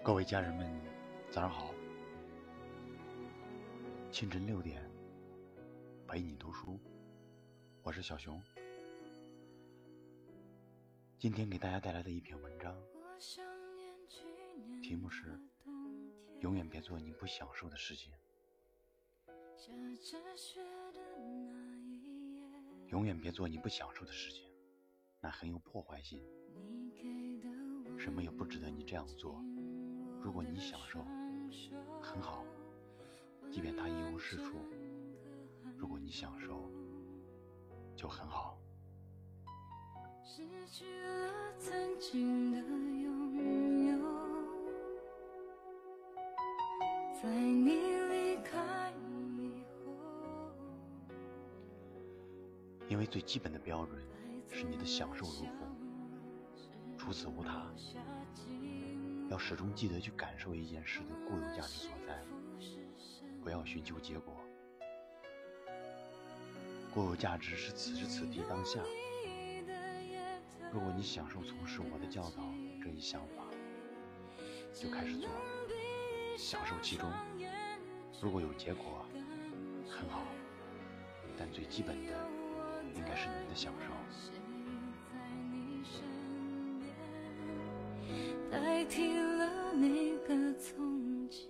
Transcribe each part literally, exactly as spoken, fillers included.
各位家人们，早上好！清晨六点，陪你读书，我是小熊。今天给大家带来的一篇文章，题目是永远别做你不享受的事情。永远别做你不享受的事情，那很有破坏性。什么也不值得你这样做。如果你享受，很好，即便它一无是处；如果你享受，就很好。 失去了曾经的拥有，在你离开以后， 因为最基本的标准是你的享受如风，除此无他。要始终记得去感受一件事的固有价值所在，不要寻求结果。固有价值是此时此地当下。如果你享受从事我的教导这一想法，就开始做，享受其中。如果有结果，很好，但最基本的应该是你的享受。 代替了那个从前。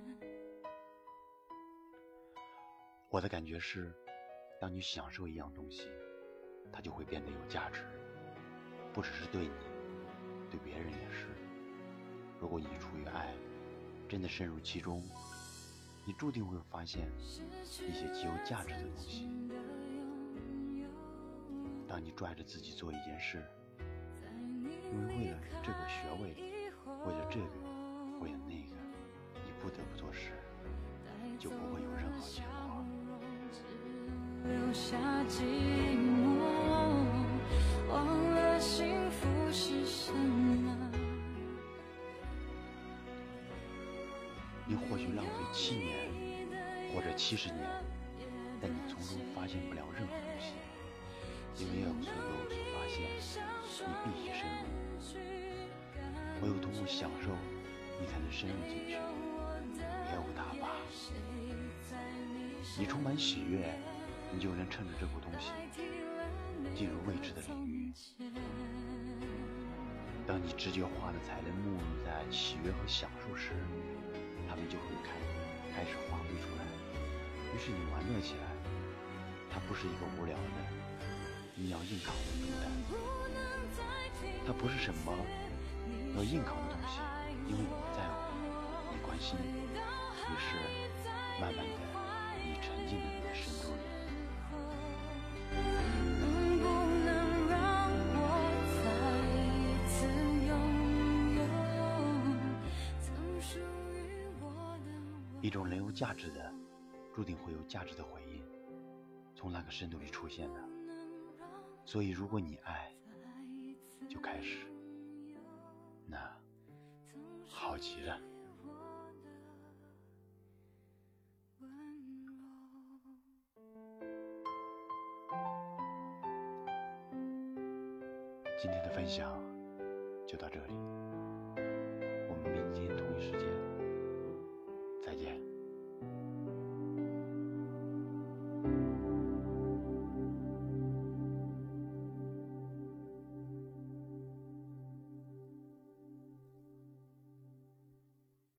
我的感觉是，当你享受一样东西，它就会变得有价值，不只是对你，对别人也是。如果你出于爱，真的深入其中，你注定会发现一些极有价值的东西。当你拽着自己做一件事，因为为了这个学位，为了这个，为了那个，你不得不做事，就不会有任何结果。 留下寂寞，忘了幸福是什么。 你或许浪费七年或者七十年，但你从中发现不了任何东西，因为要有所有所发现，你必须深入。唯有通过享受，你才能深入进去。别无他法。你充满喜悦，你就能趁着这股东西进入未知的领域。当你直觉化的才能沐浴在喜悦和享受时，他们就会开开始发挥出来。于是你玩乐起来，它不是一个无聊的你要硬扛的负担，它不是什么要硬扛的东西，因为你在乎，你关心，于是慢慢的你沉浸在你的深度里。 能不能让我再一次拥有曾属于我的？ 一种人有价值的，注定会有价值的回应，从那个深度里出现的。所以如果你爱，就开始，那好极了。今天的分享就到这里。